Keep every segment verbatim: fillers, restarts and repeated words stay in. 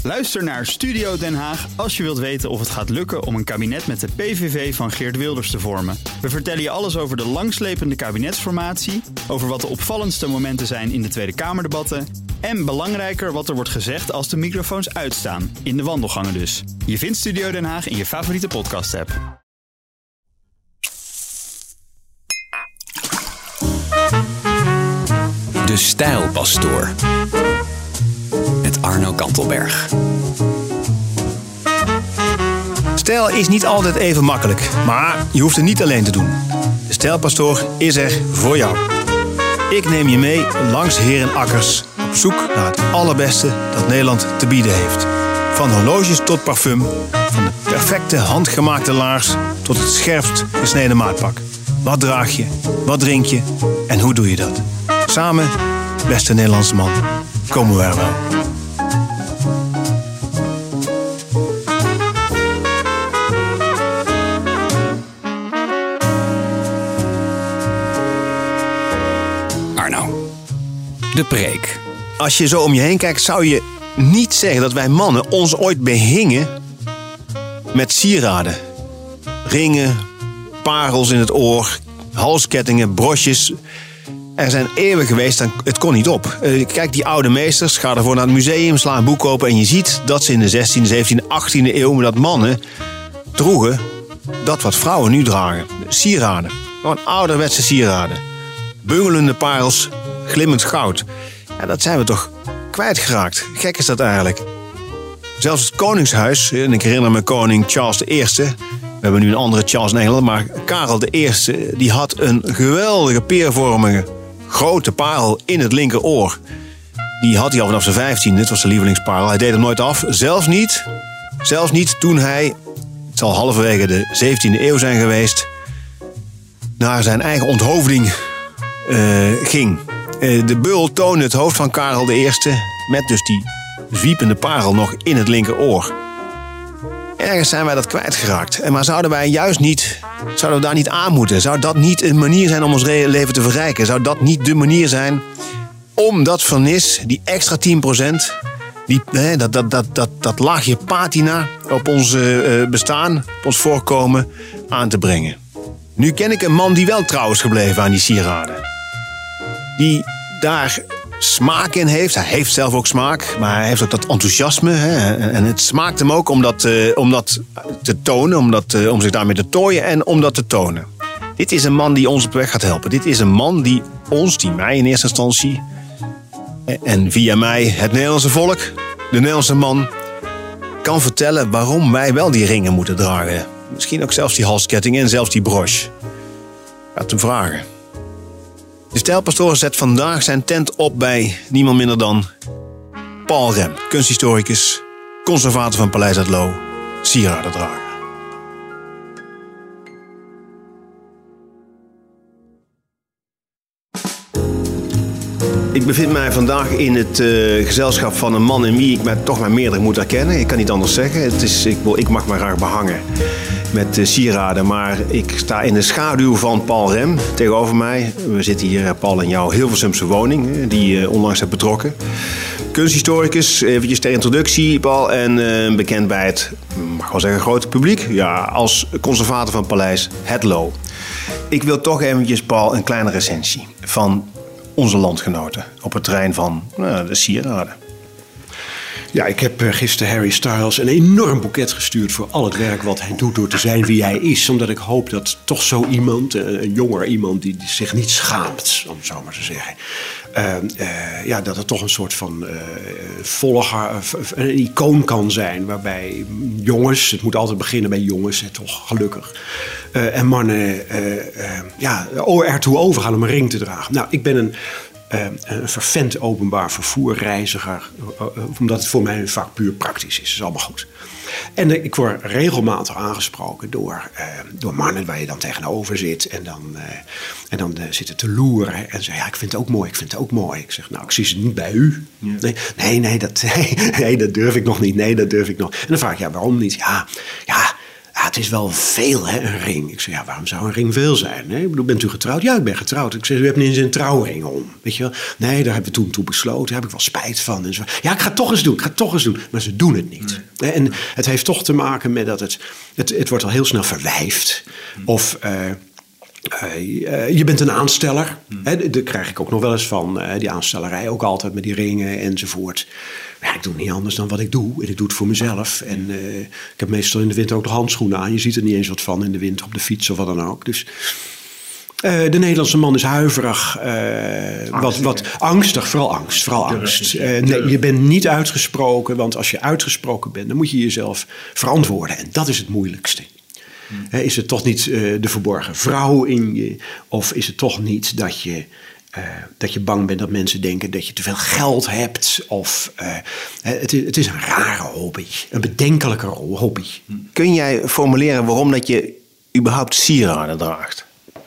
Luister naar Studio Den Haag als je wilt weten of het gaat lukken om een kabinet met de P V V van Geert Wilders te vormen. We vertellen je alles over de langslepende kabinetsformatie, over wat de opvallendste momenten zijn in de Tweede Kamerdebatten en belangrijker wat er wordt gezegd als de microfoons uitstaan, in de wandelgangen dus. Je vindt Studio Den Haag in je favoriete podcast-app. De Stijlpastoor met Arno Kantelberg. Stijl is niet altijd even makkelijk, maar je hoeft het niet alleen te doen. De Stijlpastoor is er voor jou. Ik neem je mee langs herenakkers op zoek naar het allerbeste dat Nederland te bieden heeft. Van horloges tot parfum, van de perfecte handgemaakte laars tot het scherpst gesneden maatpak. Wat draag je, wat drink je en hoe doe je dat? Samen, beste Nederlandse man, komen we er wel. Arno, de preek. Als je zo om je heen kijkt, zou je niet zeggen dat wij mannen ons ooit behingen met sieraden. Ringen, parels in het oor, halskettingen, brosjes. Er zijn eeuwen geweest en het kon niet op. Kijk, die oude meesters, ga ervoor naar het museum, sla een boek open en je ziet dat ze in de zestiende, zeventiende, achttiende eeuw, dat mannen droegen dat wat vrouwen nu dragen. Sieraden. Gewoon ouderwetse sieraden. Bungelende parels, glimmend goud. Ja, dat zijn we toch kwijtgeraakt. Gek is dat eigenlijk. Zelfs het koningshuis, en ik herinner me koning Charles de Eerste. We hebben nu een andere Charles in Engeland, maar Karel de Eerste, die had een geweldige peervormige grote parel in het linkeroor. Die had hij al vanaf zijn vijftiende, dit was zijn lievelingsparel. Hij deed hem nooit af, zelfs niet, zelfs niet toen hij, het zal halverwege de zeventiende eeuw zijn geweest, naar zijn eigen onthoofding uh, ging. Uh, de beul toonde het hoofd van Karel de Eerste met dus die zwiepende parel nog in het linkeroor. Ergens zijn wij dat kwijtgeraakt. En maar zouden wij juist niet, zouden we daar niet aan moeten? Zou dat niet een manier zijn om ons leven te verrijken? Zou dat niet de manier zijn om dat vernis, die extra tien procent, die, hè, dat, dat, dat, dat, dat laagje patina op ons uh, bestaan, op ons voorkomen, aan te brengen? Nu ken ik een man die wel trouw is gebleven aan die sieraden. Die daar smaak in heeft. Hij heeft zelf ook smaak, maar hij heeft ook dat enthousiasme. Hè? En het smaakt hem ook om dat, uh, om dat te tonen, om, dat, uh, om zich daarmee te tooien en om dat te tonen. Dit is een man die ons op weg gaat helpen. Dit is een man die ons, die mij in eerste instantie, en via mij het Nederlandse volk, de Nederlandse man, kan vertellen waarom wij wel die ringen moeten dragen. Misschien ook zelfs die halsketting en zelfs die broche. Ga het hem vragen. De Stijlpastoor zet vandaag zijn tent op bij niemand minder dan Paul Rem, kunsthistoricus, conservator van Paleis Het Loo, sieradendrager. Ik bevind mij vandaag in het uh, gezelschap van een man in wie ik mij toch maar meerdere moet herkennen. Ik kan niet anders zeggen. Het is, ik, ik mag me graag behangen met uh, sieraden, maar ik sta in de schaduw van Paul Rem tegenover mij. We zitten hier, Paul, in jouw Hilversumse woning, die je uh, onlangs hebt betrokken. Kunsthistoricus, eventjes ter introductie, Paul, en uh, bekend bij het, mag wel zeggen, grote publiek. Ja, als conservator van Paleis Het Loo. Ik wil toch eventjes, Paul, een kleine recensie van onze landgenoten op het terrein van nou, de sieraden. Ja, ik heb gisteren Harry Styles een enorm boeket gestuurd voor al het werk wat hij doet door te zijn wie hij is. Omdat ik hoop dat toch zo iemand, een jonger iemand die zich niet schaamt, om het zo maar te zeggen. Uh, uh, ja, dat het toch een soort van uh, volger, een icoon kan zijn. Waarbij jongens, het moet altijd beginnen bij jongens, hè, toch gelukkig. Uh, en mannen uh, uh, ja, ertoe overgaan om een ring te dragen. Nou, ik ben een... Uh, een vervent openbaar vervoerreiziger, uh, uh, omdat het voor mij een vak puur praktisch is. Dat is allemaal goed. En uh, ik word regelmatig aangesproken door, uh, door mannen waar je dan tegenover zit. En dan, uh, en dan uh, zitten te loeren. En zeggen, ja, ik vind het ook mooi, ik vind het ook mooi. Ik zeg, nou, ik zie ze niet bij u. Ja. Nee, nee, nee, dat, nee, nee, dat durf ik nog niet. Nee, dat durf ik nog. En dan vraag ik, ja, waarom niet? Ja, ja. het is wel veel, hè, een ring. Ik zei, ja, waarom zou een ring veel zijn? Hè? Ik bedoel, bent u getrouwd? Ja, ik ben getrouwd. Ik zei, u hebt niet eens een trouwring om. Weet je wel? Nee, daar hebben we toen toe besloten. Daar heb ik wel spijt van. En zo. Ja, ik ga het toch eens doen. Ik ga het toch eens doen. Maar ze doen het niet. Nee. En het heeft toch te maken met dat het... Het, het wordt al heel snel verwijfd. Of... Uh, Uh, uh, je bent een aansteller. Hmm. Hè, daar krijg ik ook nog wel eens van. Uh, die aanstellerij ook altijd met die ringen enzovoort. Maar ja, ik doe niet anders dan wat ik doe. En ik doe het voor mezelf. En uh, ik heb meestal in de winter ook de handschoenen aan. Je ziet er niet eens wat van in de winter op de fiets of wat dan ook. Dus uh, de Nederlandse man is huiverig. Uh, wat, wat angstig, vooral angst. Vooral angst. Uh, nee, je bent niet uitgesproken. Want als je uitgesproken bent, dan moet je jezelf verantwoorden. En dat is het moeilijkste. Hmm. Is het toch niet uh, de verborgen vrouw in je? Of is het toch niet dat je, uh, dat je bang bent dat mensen denken dat je te veel geld hebt? Of uh, het, is, het is een rare hobby. Een bedenkelijke hobby. Hmm. Kun jij formuleren waarom dat je überhaupt sieraden draagt?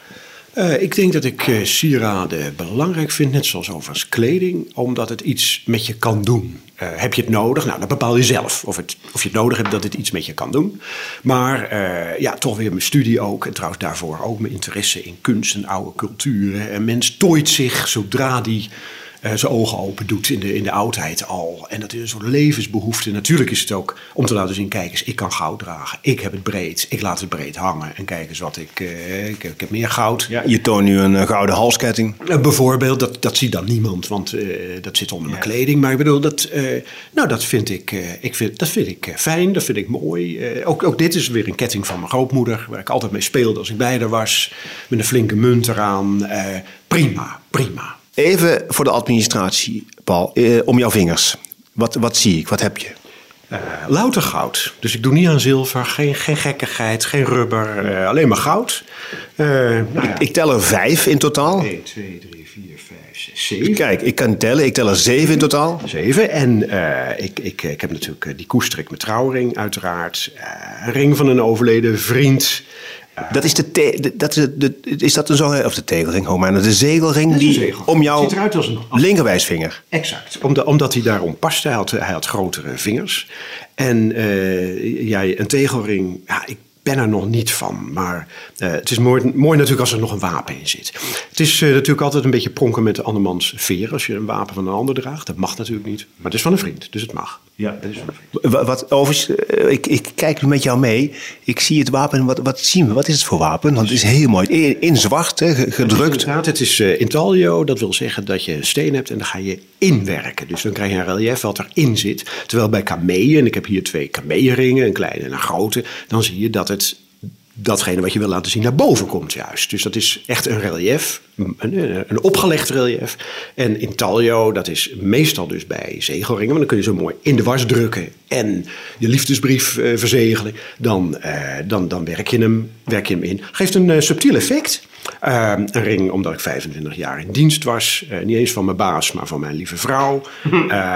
Uh, ik denk dat ik uh, sieraden belangrijk vind, net zoals overigens kleding, omdat het iets met je kan doen. Uh, heb je het nodig? Nou, dat bepaal je zelf. Of, het, of je het nodig hebt dat het iets met je kan doen. Maar uh, ja, toch weer mijn studie ook. En trouwens daarvoor ook mijn interesse in kunst en oude culturen. En mens tooit zich zodra die uh, zijn ogen open doet in de, in de oudheid al. En dat is een soort levensbehoefte. Natuurlijk is het ook om te laten zien, kijk eens, ik kan goud dragen. Ik heb het breed. Ik laat het breed hangen. En kijk eens wat ik... Uh, ik, ik heb meer goud. Ja, je toont nu een uh, gouden halsketting. Uh, bijvoorbeeld, dat, dat ziet dan niemand. Want uh, dat zit onder ja. mijn kleding. Maar ik bedoel, dat, uh, nou, dat vind ik, uh, ik, vind, dat vind ik uh, fijn. Dat vind ik mooi. Uh, ook, ook dit is weer een ketting van mijn grootmoeder. Waar ik altijd mee speelde als ik bij haar was. Met een flinke munt eraan. Uh, prima, prima. Even voor de administratie, Paul, eh, om jouw vingers. Wat, wat zie ik? Wat heb je? Uh, louter goud. Dus ik doe niet aan zilver, geen, geen gekkigheid, geen rubber, uh, alleen maar goud. Uh, nou ja. ik, ik tel er vijf in totaal. één, twee, drie, vier, vijf, zes, zeven. Kijk, ik kan tellen. Ik tel er zeven in totaal. Zeven. En uh, ik, ik, ik heb natuurlijk die koester ik mijn trouwring, uiteraard. Uh, een ring van een overleden vriend. Dat is de, te, de, dat is, de, is dat een zo, of de tegelring, oh maar de zegelring die zegel. Om jouw ziet eruit als een linkerwijsvinger. Exact, omdat, omdat hij daarom paste. Hij had, hij had grotere vingers. En uh, ja, een tegelring, ja, ik ben er nog niet van. Maar uh, het is mooi, mooi natuurlijk als er nog een wapen in zit. Het is uh, natuurlijk altijd een beetje pronken met de andermans veer als je een wapen van een ander draagt. Dat mag natuurlijk niet. Maar het is van een vriend, dus het mag. Ja, dat is van een vriend. Wat, wat overigens, uh, ik, ik kijk met jou mee. Ik zie het wapen. Wat, wat zien we? Wat is het voor wapen? Want het is heel mooi. In, in zwart, hè, gedrukt. Het is, het is uh, intaglio. Dat wil zeggen dat je een steen hebt en dan ga je inwerken. Dus dan krijg je een relief wat erin zit. Terwijl bij kameeën, en ik heb hier twee kameeënringen, een kleine en een grote, dan zie je dat het datgene wat je wil laten zien naar boven komt juist. Dus dat is echt een relief, een, een opgelegd relief. En intaglio, dat is meestal dus bij zegelringen, want dan kun je zo mooi in de was drukken en je liefdesbrief uh, verzegelen. Dan, uh, dan, dan werk, je hem, werk je hem in. Geeft een uh, subtiel effect. Uh, een ring omdat ik vijfentwintig jaar in dienst was. Uh, niet eens van mijn baas, maar van mijn lieve vrouw. Uh,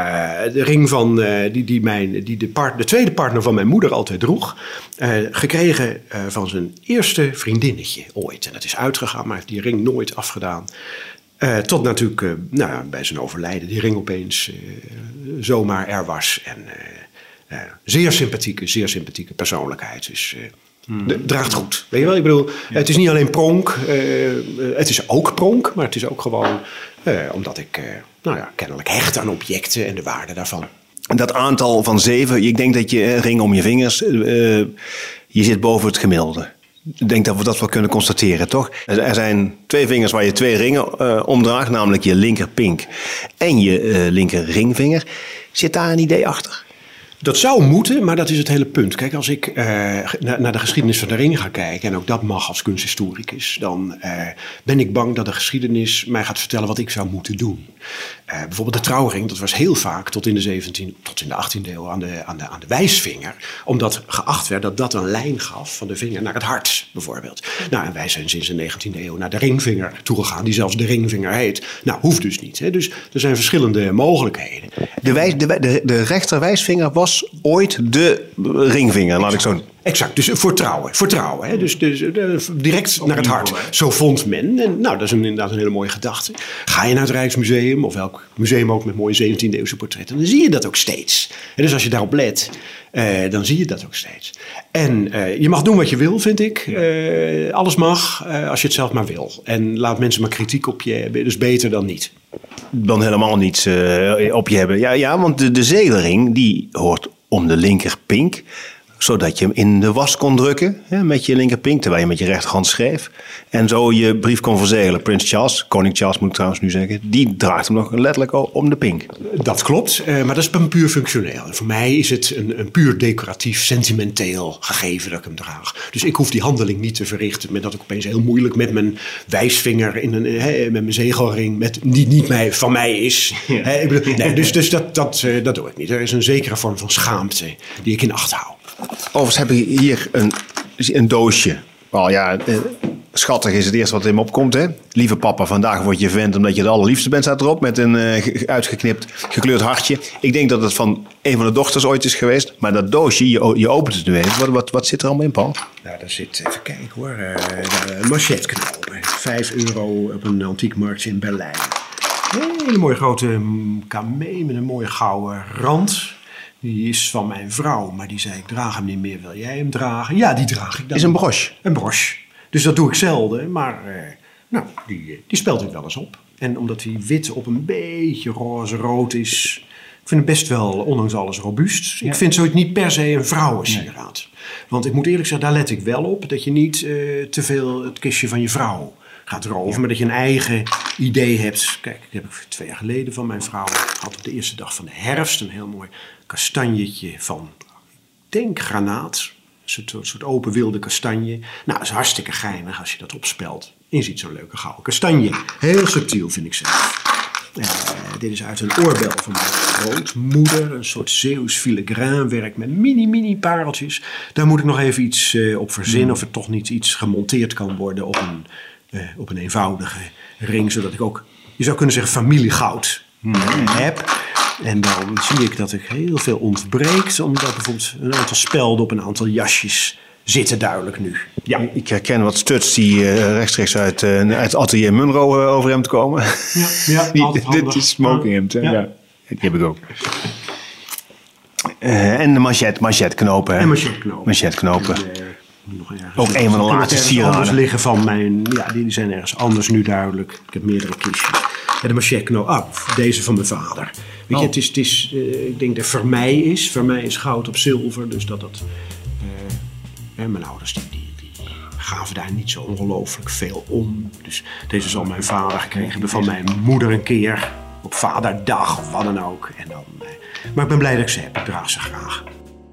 de ring van, uh, die, die, mijn, die de, part, de tweede partner van mijn moeder altijd droeg. Uh, gekregen uh, van zijn eerste vriendinnetje ooit. En dat is uitgegaan, maar heeft die ring nooit afgedaan. Uh, tot natuurlijk uh, nou, bij zijn overlijden die ring opeens uh, zomaar er was. En uh, uh, zeer sympathieke, zeer sympathieke persoonlijkheid. Dus... Uh, Hmm. De, draagt goed. Weet je wel? Ik bedoel, ja. Het is niet alleen pronk. Uh, uh, het is ook pronk, maar het is ook gewoon uh, omdat ik uh, nou ja, kennelijk hecht aan objecten en de waarde daarvan. En dat aantal van zeven, ik denk dat je uh, ring om je vingers, uh, je zit boven het gemiddelde. Ik denk dat we dat wel kunnen constateren, toch? Er zijn twee vingers waar je twee ringen uh, omdraagt, namelijk je linkerpink en je uh, linker ringvinger. Zit daar een idee achter? Dat zou moeten, maar dat is het hele punt. Kijk, als ik uh, na, naar de geschiedenis van de ring ga kijken, en ook dat mag als kunsthistoricus, dan uh, ben ik bang dat de geschiedenis mij gaat vertellen wat ik zou moeten doen. Uh, bijvoorbeeld de trouwring, dat was heel vaak tot in de zeventiende, tot in de achttiende eeuw aan de, aan, de, aan de wijsvinger. Omdat geacht werd dat dat een lijn gaf van de vinger naar het hart, bijvoorbeeld. Nou, en wij zijn sinds de negentiende eeuw naar de ringvinger toegegaan, die zelfs de ringvinger heet. Nou, hoeft dus niet. Hè? Dus er zijn verschillende mogelijkheden. De, wijs, de, de, de rechterwijsvinger was ooit de ringvinger, laat ik zo. Exact, dus vertrouwen. vertrouwen hè? Dus, dus uh, direct Op naar het hart. Zo vond men. En nou, dat is een, inderdaad een hele mooie gedachte. Ga je naar het Rijksmuseum of welk museum ook met mooie zeventiende eeuwse portretten, dan zie je dat ook steeds. En dus als je daarop let, uh, dan zie je dat ook steeds. En uh, je mag doen wat je wil, vind ik. Uh, alles mag, uh, als je het zelf maar wil. En laat mensen maar kritiek op je hebben. Dus beter dan niet. Dan helemaal niets uh, op je hebben. Ja, ja want de, de zedelring die hoort om de linkerpink, zodat je hem in de was kon drukken hè, met je linkerpink, terwijl je met je rechterhand schreef. En zo je brief kon verzegelen. Prins Charles, koning Charles moet ik trouwens nu zeggen, die draagt hem nog letterlijk om de pink. Dat klopt, uh, maar dat is een puur functioneel. Voor mij is het een, een puur decoratief, sentimenteel gegeven dat ik hem draag. Dus ik hoef die handeling niet te verrichten met dat ik opeens heel moeilijk met mijn wijsvinger, in een, hè, met mijn zegelring, met, die niet mij, van mij is. Ja. Hè, ik bedoel, nee, dus dus dat, dat, uh, dat doe ik niet. Er is een zekere vorm van schaamte die ik in acht hou. Overigens heb ik hier een, een doosje. Wel ja, eh, schattig is het eerste wat in me opkomt. Hè? Lieve papa, vandaag word je vent omdat je het allerliefste bent, staat erop. Met een uh, uitgeknipt, gekleurd hartje. Ik denk dat het van een van de dochters ooit is geweest. Maar dat doosje, je, je opent het nu even. Wat, wat, wat zit er allemaal in, Paul? Nou, daar zit, even kijken hoor, uh, uh, machetknopen. Vijf euro op een antiekmarkt in Berlijn. Een hele mooie grote kamee met een mooie gouden rand. Die is van mijn vrouw, maar die zei, ik draag hem niet meer. Wil jij hem dragen? Ja, die draag ik dan. Is een broche? Een broche. Dus dat doe ik zelden, maar uh, nou, die, die speld ik wel eens op. En omdat die wit op een beetje roze-rood is, ik vind het best wel, ondanks alles, robuust. Ja. Ik vind zoiets niet per se een vrouwensieraad. Nee. Want ik moet eerlijk zeggen, daar let ik wel op, dat je niet uh, te veel het kistje van je vrouw gaat erover, ja. Maar dat je een eigen idee hebt. Kijk, ik heb ik twee jaar geleden van mijn vrouw gehad op de eerste dag van de herfst een heel mooi kastanjetje van, ik denk, granaat. Een soort, soort open wilde kastanje. Nou, dat is hartstikke geinig als je dat opspelt. En je ziet zo'n leuke gouden kastanje. Heel subtiel, vind ik zelf. Uh, dit is uit een oorbel van mijn grootmoeder. Een soort Zeeuws filigraanwerk met mini, mini pareltjes. Daar moet ik nog even iets uh, op verzinnen. Of er toch niet iets gemonteerd kan worden op een, uh, op een eenvoudige ring. Zodat ik ook, je zou kunnen zeggen, familiegoud mm. heb. En dan zie ik dat er heel veel ontbreekt. Omdat bijvoorbeeld een aantal spelden op een aantal jasjes zitten duidelijk nu. Ja. Ik herken wat studs die uh, rechtstreeks uit, uh, uit het atelier Munro uh, overhemd komen. Ja, ja die, dit is smokinghemd. Ja. Ja. Die heb ik ook. Uh, en de machet, machetknopen. En machetknopen. Machetknopen. En, uh, nog ook een van de laatste sieraden. liggen van mijn, ja, die zijn ergens anders nu duidelijk. Ik heb meerdere kistjes. En de machetknoop, ah, deze van mijn vader. Weet je, oh. het is, het is uh, ik denk dat voor mij is, voor mij is goud op zilver, dus dat dat. Uh, mijn ouders die, die, die gaven daar niet zo ongelooflijk veel om. Dus deze zal mijn vader gekregen hebben van mijn moeder een keer. Op vaderdag of wat dan ook. En dan, uh, maar ik ben blij dat ik ze heb. Ik draag ze graag.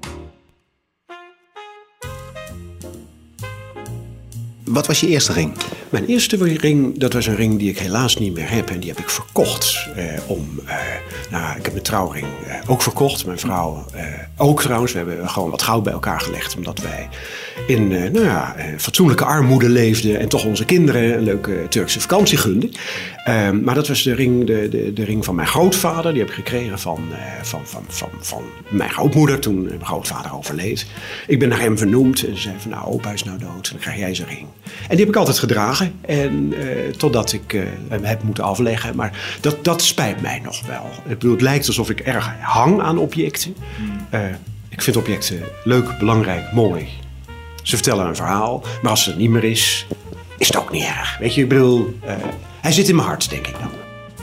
Wat was je eerste ring? Mijn eerste ring, dat was een ring die ik helaas niet meer heb. En die heb ik verkocht. Eh, om, eh, nou, ik heb mijn trouwring eh, ook verkocht. Mijn vrouw eh, ook trouwens. We hebben gewoon wat goud bij elkaar gelegd. Omdat wij in eh, nou ja, eh, fatsoenlijke armoede leefden. En toch onze kinderen een leuke Turkse vakantie gunden. Uh, maar dat was de ring, de, de, de ring van mijn grootvader. Die heb ik gekregen van, uh, van, van, van, van mijn grootmoeder toen mijn grootvader overleed. Ik ben naar hem vernoemd. En ze zei van nou, opa is nou dood. Dan krijg jij zijn ring. En die heb ik altijd gedragen. En uh, totdat ik uh, hem heb moeten afleggen. Maar dat, dat spijt mij nog wel. Ik bedoel, het lijkt alsof ik erg hang aan objecten. Uh, ik vind objecten leuk, belangrijk, mooi. Ze vertellen een verhaal. Maar als het er niet meer is, is het ook niet erg. Weet je, ik bedoel, uh, hij zit in mijn hart, denk ik dan.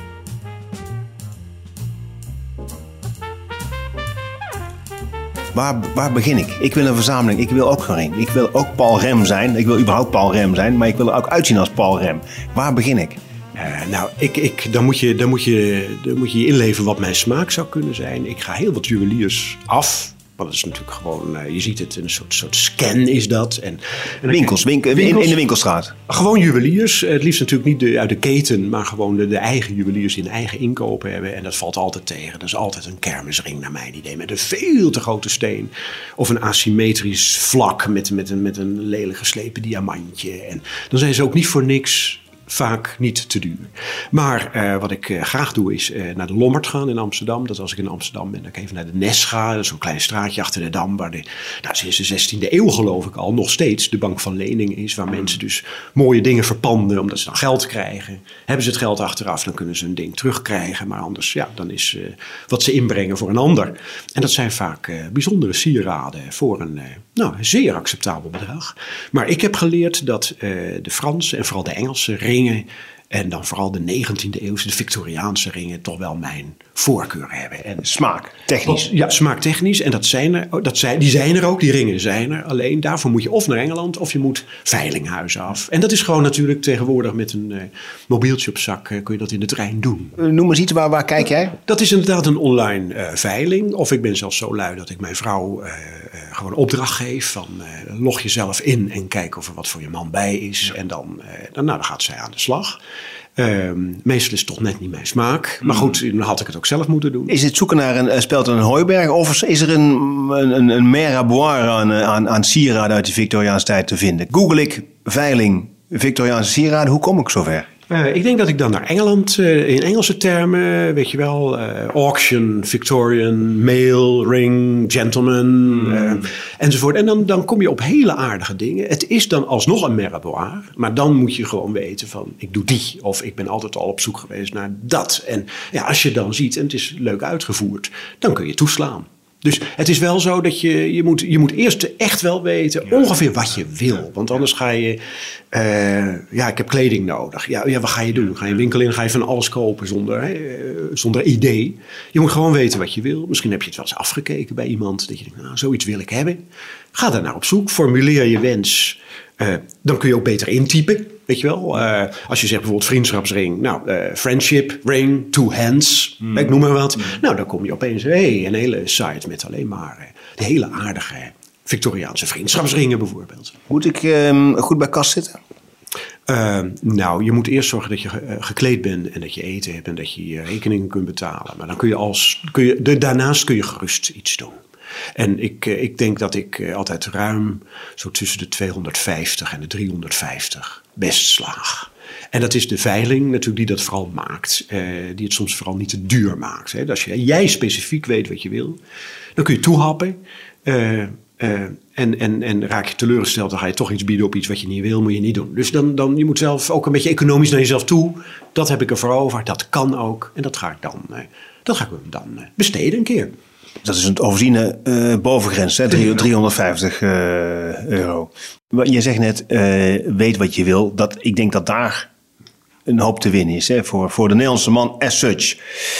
Waar, waar begin ik? Ik wil een verzameling. Ik wil ook een ring. Ik wil ook Paul Rem zijn. Ik wil überhaupt Paul Rem zijn. Maar ik wil er ook uitzien als Paul Rem. Waar begin ik? Uh, nou, ik, ik, dan, moet je, dan, moet je, dan moet je je inleven wat mijn smaak zou kunnen zijn. Ik ga heel wat juweliers af. Want dat is natuurlijk gewoon, uh, je ziet het, een soort, soort scan is dat. En, en winkels, winkel, winkels, in de winkelstraat. Gewoon juweliers. Het liefst natuurlijk niet de, uit de keten, maar gewoon de, de eigen juweliers die een eigen inkoop hebben. En dat valt altijd tegen. Dat is altijd een kermisring naar mijn idee. Met een veel te grote steen. Of een asymmetrisch vlak met, met, een, met een lelijk geslepen diamantje. En dan zijn ze ook niet voor niks vaak niet te duur. Maar uh, wat ik uh, graag doe is uh, naar de Lommerd gaan in Amsterdam. Dat als ik in Amsterdam ben, dan ik even naar de Nes ga. Dat is zo'n klein straatje achter de Dam. Waar de, nou, sinds de zestiende eeuw geloof ik al nog steeds de bank van leningen is. Waar mensen dus mooie dingen verpanden omdat ze dan geld krijgen. Hebben ze het geld achteraf, dan kunnen ze een ding terugkrijgen. Maar anders, ja, dan is uh, wat ze inbrengen voor een ander. En dat zijn vaak uh, bijzondere sieraden voor een uh, nou, zeer acceptabel bedrag. Maar ik heb geleerd dat uh, de Franse en vooral de Engelse ringen en dan vooral de negentiende eeuwse, de Victoriaanse ringen, toch wel mijn voorkeur hebben. En smaak, technisch. Ja, smaaktechnisch. En dat zijn er, dat zijn, die zijn er ook, die ringen zijn er. Alleen daarvoor moet je of naar Engeland of je moet veilinghuizen af. En dat is gewoon natuurlijk tegenwoordig met een uh, mobieltje op zak uh, kun je dat in de trein doen. Uh, noem eens iets, waar, waar kijk jij? Dat is inderdaad een online uh, veiling. Of ik ben zelfs zo lui dat ik mijn vrouw uh, uh, gewoon opdracht geef van uh, log jezelf in en kijk of er wat voor je man bij is. Ja. En dan, uh, dan, nou, dan gaat zij aan de slag. Uh, meestal is het toch net niet mijn smaak. Maar goed, dan had ik het ook zelf moeten doen. Is het zoeken naar een uh, speld en een hooiberg? Of is er een, een, een mer à boire aan, aan, aan sieraden uit de Victoriaanse tijd te vinden? Google ik veiling Victoriaanse sieraden, hoe kom ik zover? Uh, ik denk dat ik dan naar Engeland, uh, in Engelse termen, weet je wel, uh, auction, Victorian, male, ring, gentleman, mm. uh, enzovoort. En dan, dan kom je op hele aardige dingen. Het is dan alsnog een mer à boire, maar dan moet je gewoon weten van, ik doe die. Of ik ben altijd al op zoek geweest naar dat. En ja, als je dan ziet, en het is leuk uitgevoerd, dan kun je toeslaan. Dus het is wel zo dat je, je, moet, je moet eerst echt wel weten ja. ongeveer wat je wil. Want anders ga je, uh, ja, ik heb kleding nodig. Ja, ja, wat ga je doen? Ga je een winkel in, ga je van alles kopen zonder, uh, zonder idee. Je moet gewoon weten wat je wil. Misschien heb je het wel eens afgekeken bij iemand. Dat je denkt, nou, zoiets wil ik hebben. Ga daar naar op zoek, formuleer je wens. Uh, dan kun je ook beter intypen. Weet je wel, uh, als je zegt bijvoorbeeld vriendschapsring. Nou, uh, friendship ring, two hands. Mm. Ik noem maar wat. Mm. Nou, dan kom je opeens hey, een hele site met alleen maar uh, de hele aardige Victoriaanse vriendschapsringen bijvoorbeeld. Moet ik uh, goed bij kas zitten? Uh, nou, je moet eerst zorgen dat je uh, gekleed bent en dat je eten hebt en dat je je rekeningen kunt betalen. Maar dan kun je als, kun je, de, daarnaast kun je gerust iets doen. En ik, ik denk dat ik altijd ruim zo tussen de tweehonderdvijftig en de driehonderdvijftig best slaag. En dat is de veiling natuurlijk die dat vooral maakt. Uh, die het soms vooral niet te duur maakt. Hè. Als je, jij specifiek weet wat je wil, dan kun je toehappen. Uh, uh, en, en, en raak je teleurgesteld, dan ga je toch iets bieden op iets wat je niet wil, moet je niet doen. Dus dan, dan je moet zelf ook een beetje economisch naar jezelf toe. Dat heb ik ervoor over, dat kan ook. En dat ga ik dan, uh, dat ga ik dan uh, besteden een keer. Dat is een overziene uh, bovengrens, hè? driehonderdvijftig uh, euro. Je zegt net, uh, weet wat je wil. Dat, ik denk dat daar een hoop te winnen is, hè? Voor, voor de Nederlandse man as such.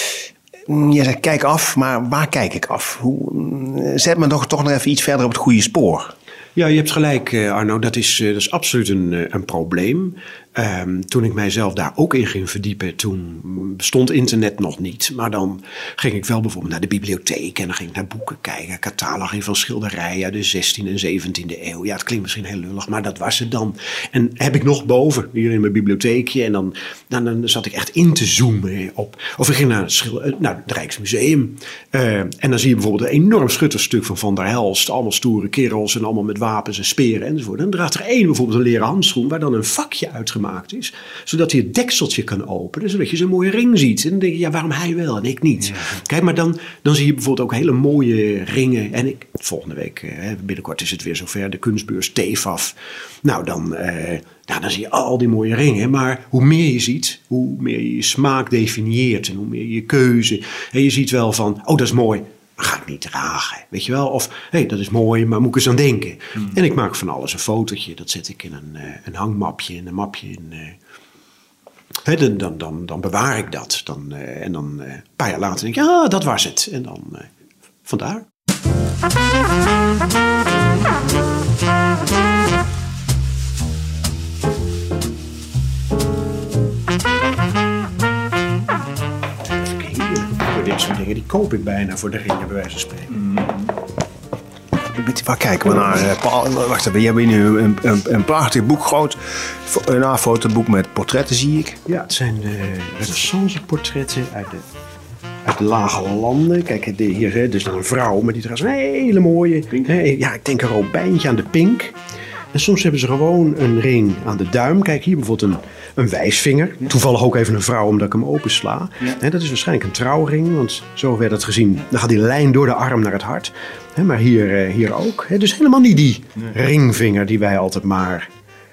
Je zegt, kijk af, maar waar kijk ik af? Hoe, zet me toch, toch nog even iets verder op het goede spoor. Ja, je hebt gelijk, Arno. Dat is, dat is absoluut een, een probleem. Um, toen ik mijzelf daar ook in ging verdiepen, toen bestond internet nog niet. Maar dan ging ik wel bijvoorbeeld naar de bibliotheek en dan ging ik naar boeken kijken. Catalogie van schilderijen uit de zestiende en zeventiende eeuw. Ja, het klinkt misschien heel lullig, maar dat was het dan. En heb ik nog boven, hier in mijn bibliotheekje. En dan, dan, dan zat ik echt in te zoomen op. Of ik ging naar het, schil- naar het Rijksmuseum. Uh, en dan zie je bijvoorbeeld een enorm schutterstuk van Van der Helst. Allemaal stoere kerels en allemaal met wapens en speren enzovoort. En dan draagt er één bijvoorbeeld een leren handschoen waar dan een vakje uitgemaakt is, zodat hij het dekseltje kan openen, zodat je zo'n mooie ring ziet. En dan denk je, ja, waarom hij wel en ik niet? Ja. Kijk, maar dan, dan zie je bijvoorbeeld ook hele mooie ringen. En ik, volgende week, eh, binnenkort is het weer zover, de kunstbeurs T E F A F. Nou, dan, eh, nou, dan zie je al die mooie ringen. Maar hoe meer je ziet, hoe meer je je smaak definieert en hoe meer je keuze. En je ziet wel van, oh, dat is mooi. Ga ik niet dragen, weet je wel? Of, hé, hey, dat is mooi, maar moet ik eens aan denken? Hmm. En ik maak van alles een fotootje. Dat zet ik in een, uh, een hangmapje, in een mapje. In, uh, hè, dan, dan, dan, dan bewaar ik dat. Dan, uh, en dan uh, een paar jaar later denk ik, ja, dat was het. En dan uh, vandaar. Dit soort dingen, die koop ik bijna voor de ringen, bij wijze van spreken. Mm. Waar kijken we naar? Uh, Paul, wacht even, je hebt hier nu een, een, een prachtig boek, groot een uh, fotoboek met portretten, zie ik. Ja, het zijn de renaissance portretten uit de, uit de lage landen. Kijk, de, hier is dus dan een vrouw, maar die draagt een hele mooie, hè, ja, ik denk een robijntje aan de pink. En soms hebben ze gewoon een ring aan de duim. Kijk hier bijvoorbeeld een, een wijsvinger. Toevallig ook even een vrouw omdat ik hem opensla. Ja. He, dat is waarschijnlijk een trouwring, want zo werd het gezien. Dan gaat die lijn door de arm naar het hart. He, maar hier, uh, hier ook. He, dus helemaal niet die nee. ringvinger die wij altijd maar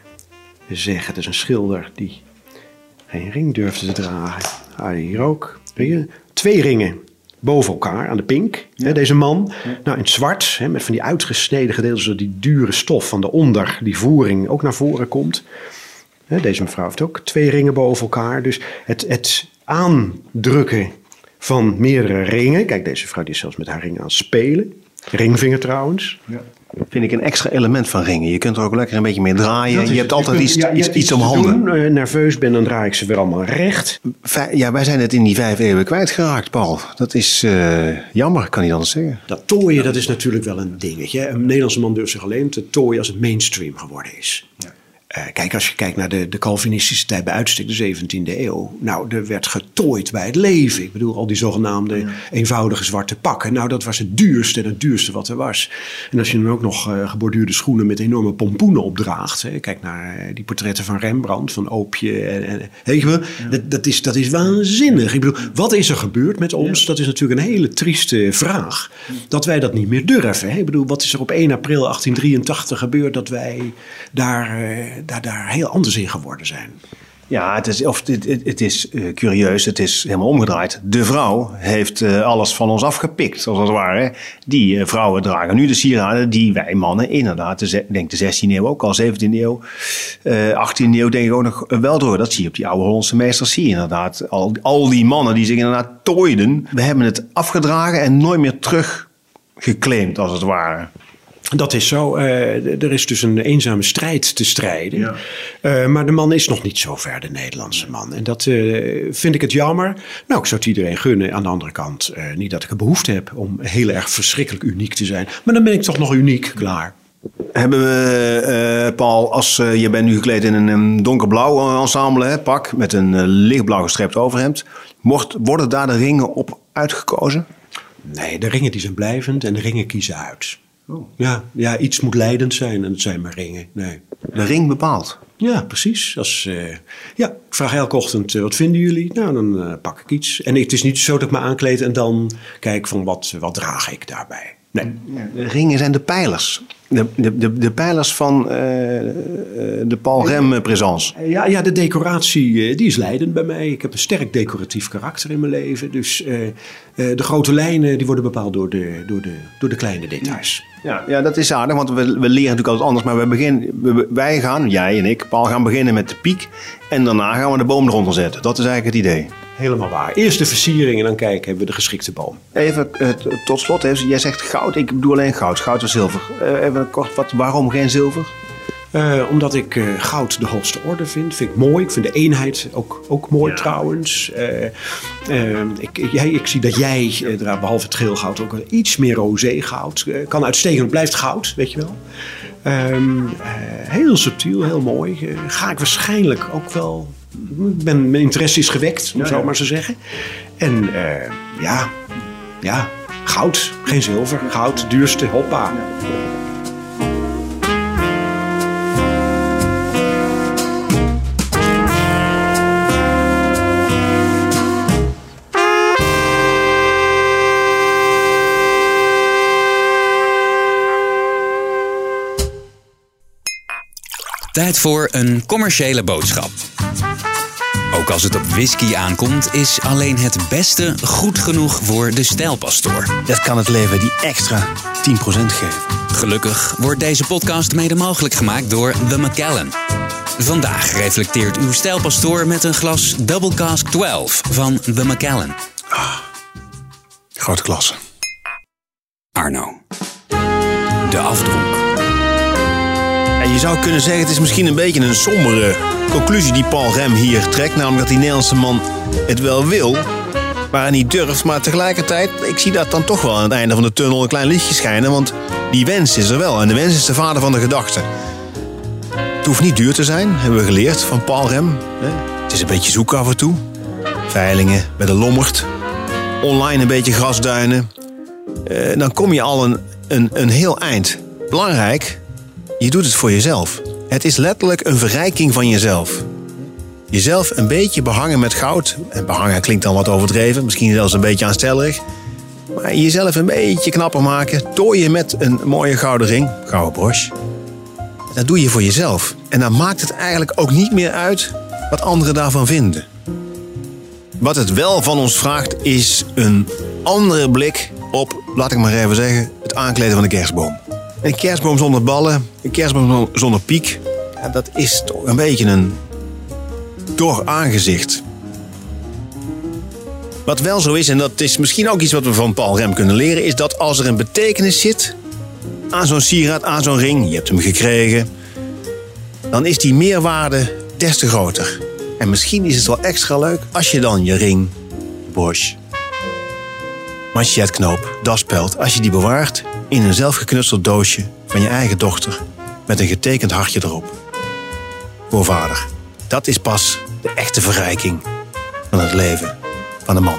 zeggen. Het is een schilder die geen ring durfde te dragen. Ah, hier ook. Hier. Twee ringen boven elkaar aan de pink. Ja. Hè, deze man. Ja. Nou, in het zwart. Hè, met van die uitgesneden gedeelten. Zodat die dure stof van de onder, die voering, ook naar voren komt. Hè, deze mevrouw heeft ook twee ringen boven elkaar. Dus het, het aandrukken van meerdere ringen. Kijk, deze vrouw die is zelfs met haar ring aan het spelen. Ringvinger trouwens. Ja. Vind ik een extra element van ringen. Je kunt er ook lekker een beetje mee draaien. Je hebt het. altijd je kunt, iets, ja, iets, iets om handen. Als ik nerveus ben, dan draai ik ze weer allemaal recht. Ja, wij zijn het in die vijf eeuwen kwijtgeraakt, Paul. Dat is uh, jammer, kan niet anders zeggen. Dat tooien, dat is natuurlijk wel een dingetje. Een Nederlandse man durft zich alleen te tooien als het mainstream geworden is. Ja. Uh, kijk, als je kijkt naar de, de Calvinistische tijd bij uitstek, de zeventiende eeuw. Nou, er werd getooid bij het leven. Ik bedoel, al die zogenaamde ja. eenvoudige zwarte pakken. Nou, dat was het duurste en het duurste wat er was. En als je dan ook nog uh, geborduurde schoenen met enorme pompoenen opdraagt. Hè, kijk naar uh, die portretten van Rembrandt, van Oopje. En, en, weet je wel, ja. dat, dat, is, dat is waanzinnig. Ik bedoel, wat is er gebeurd met ons? Ja. Dat is natuurlijk een hele trieste vraag. Ja. Dat wij dat niet meer durven. Hè? Ik bedoel, wat is er op één april achttien drieëntachtig gebeurd dat wij daar... Uh, Daar, daar heel anders in geworden zijn. Ja, het is, of het, het, het is uh, curieus, het is helemaal omgedraaid. De vrouw heeft uh, alles van ons afgepikt, zoals het ware. Die uh, vrouwen dragen nu de sieraden die wij mannen inderdaad, de, denk de zestiende eeuw ook al, zeventiende eeuw, uh, achttiende eeuw denk ik ook nog wel door. Dat zie je op die oude Hollandse meesters, zie je inderdaad. Al, al die mannen die zich inderdaad tooiden. We hebben het afgedragen en nooit meer teruggeclaimd, als het ware. Dat is zo. Uh, er is dus een eenzame strijd te strijden. Ja. Uh, maar de man is nog niet zo ver, de Nederlandse man. En dat uh, vind ik het jammer. Nou, ik zou het iedereen gunnen. Aan de andere kant, uh, niet dat ik een behoefte heb om heel erg verschrikkelijk uniek te zijn. Maar dan ben ik toch nog uniek, klaar. Hebben we, uh, Paul, als uh, je bent nu gekleed in een, een donkerblauw ensemble, hè, pak, met een uh, lichtblauw gestreept overhemd. Mocht, worden daar de ringen op uitgekozen? Nee, de ringen die zijn blijvend en de ringen kiezen uit. Oh. Ja, ja, iets moet leidend zijn en het zijn maar ringen. Nee. De ring bepaalt? Ja, precies. Als, uh, ja, ik vraag elke ochtend, uh, wat vinden jullie? Nou, dan uh, pak ik iets. En het is niet zo dat ik me aankleed en dan kijk van wat, wat draag ik daarbij. Nee. De ringen zijn de pijlers. De, de, de, de pijlers van uh, de Paul Rem présence. Ja, ja, de decoratie uh, die is leidend bij mij. Ik heb een sterk decoratief karakter in mijn leven. Dus uh, uh, de grote lijnen die worden bepaald door de, door de, door de kleine details. Ja, ja, dat is aardig, want we, we leren natuurlijk altijd anders. Maar we beginnen, we, wij gaan, jij en ik, Paul, gaan beginnen met de piek. En daarna gaan we de boom eronder zetten. Dat is eigenlijk het idee. Helemaal waar. Eerst de versiering en dan kijken, hebben we de geschikte boom. Even uh, tot slot, even, jij zegt goud. Ik bedoel alleen goud, goud of zilver. Uh, even kort, wat, waarom geen zilver? Uh, omdat ik uh, goud de hoogste orde vind. Vind ik mooi. Ik vind de eenheid ook, ook mooi ja. trouwens. Uh, uh, ik, ik, jij, ik zie dat jij, uh, behalve het geel goud, ook iets meer rosé goud. Uh, kan uitstekend, blijft goud, weet je wel. Um, uh, heel subtiel, heel mooi. Uh, ga ik waarschijnlijk ook wel... Ben, mijn interesse is gewekt, om ja, zo ja. maar te zeggen. En uh, ja, ja, goud, geen zilver. Goud, duurste, hoppa. Ja. Tijd voor een commerciële boodschap. Ook als het op whisky aankomt, is alleen het beste goed genoeg voor de Stijlpastoor. Dat kan het leven die extra tien procent geven. Gelukkig wordt deze podcast mede mogelijk gemaakt door The Macallan. Vandaag reflecteert uw Stijlpastoor met een glas Double Cask twaalf van The Macallan. Ah, grote klasse. Arno. De afdronk. En je zou kunnen zeggen, het is misschien een beetje een sombere conclusie die Paul Rem hier trekt. Namelijk dat die Nederlandse man het wel wil, maar hij niet durft. Maar tegelijkertijd, ik zie dat dan toch wel aan het einde van de tunnel een klein lichtje schijnen. Want die wens is er wel. En de wens is de vader van de gedachte. Het hoeft niet duur te zijn, hebben we geleerd van Paul Rem. Het is een beetje zoeken af en toe. Veilingen bij de Lommerd. Online een beetje grasduinen. Dan kom je al een, een, een heel eind. Belangrijk, Je doet het voor jezelf. Het is letterlijk een verrijking van jezelf. Jezelf een beetje behangen met goud. En behangen klinkt dan wat overdreven. Misschien zelfs een beetje aanstellerig. Maar jezelf een beetje knapper maken. Tooien met een mooie gouden ring. Gouden broche. Dat doe je voor jezelf. En dan maakt het eigenlijk ook niet meer uit wat anderen daarvan vinden. Wat het wel van ons vraagt is een andere blik op, laat ik maar even zeggen, het aankleden van de kerstboom. Een kerstboom zonder ballen, een kerstboom zonder piek. Ja, dat is toch een beetje een dor aangezicht. Wat wel zo is, en dat is misschien ook iets wat we van Paul Rem kunnen leren, is dat als er een betekenis zit aan zo'n sieraad, aan zo'n ring, je hebt hem gekregen, dan is die meerwaarde des te groter. En misschien is het wel extra leuk als je dan je ring, broche, manchetknoop, daspeld, als je die bewaart in een zelfgeknutseld doosje van je eigen dochter met een getekend hartje erop. Voor vader. Dat is pas de echte verrijking van het leven van een man.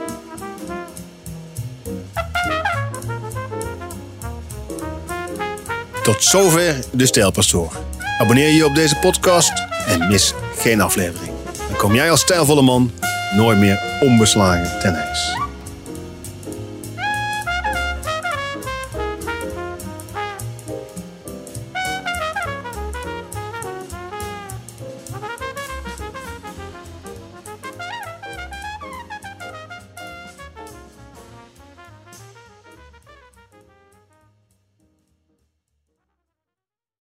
Tot zover de Stijlpastoor. Abonneer je op deze podcast en mis geen aflevering. Dan kom jij als stijlvolle man nooit meer onbeslagen ten ijs.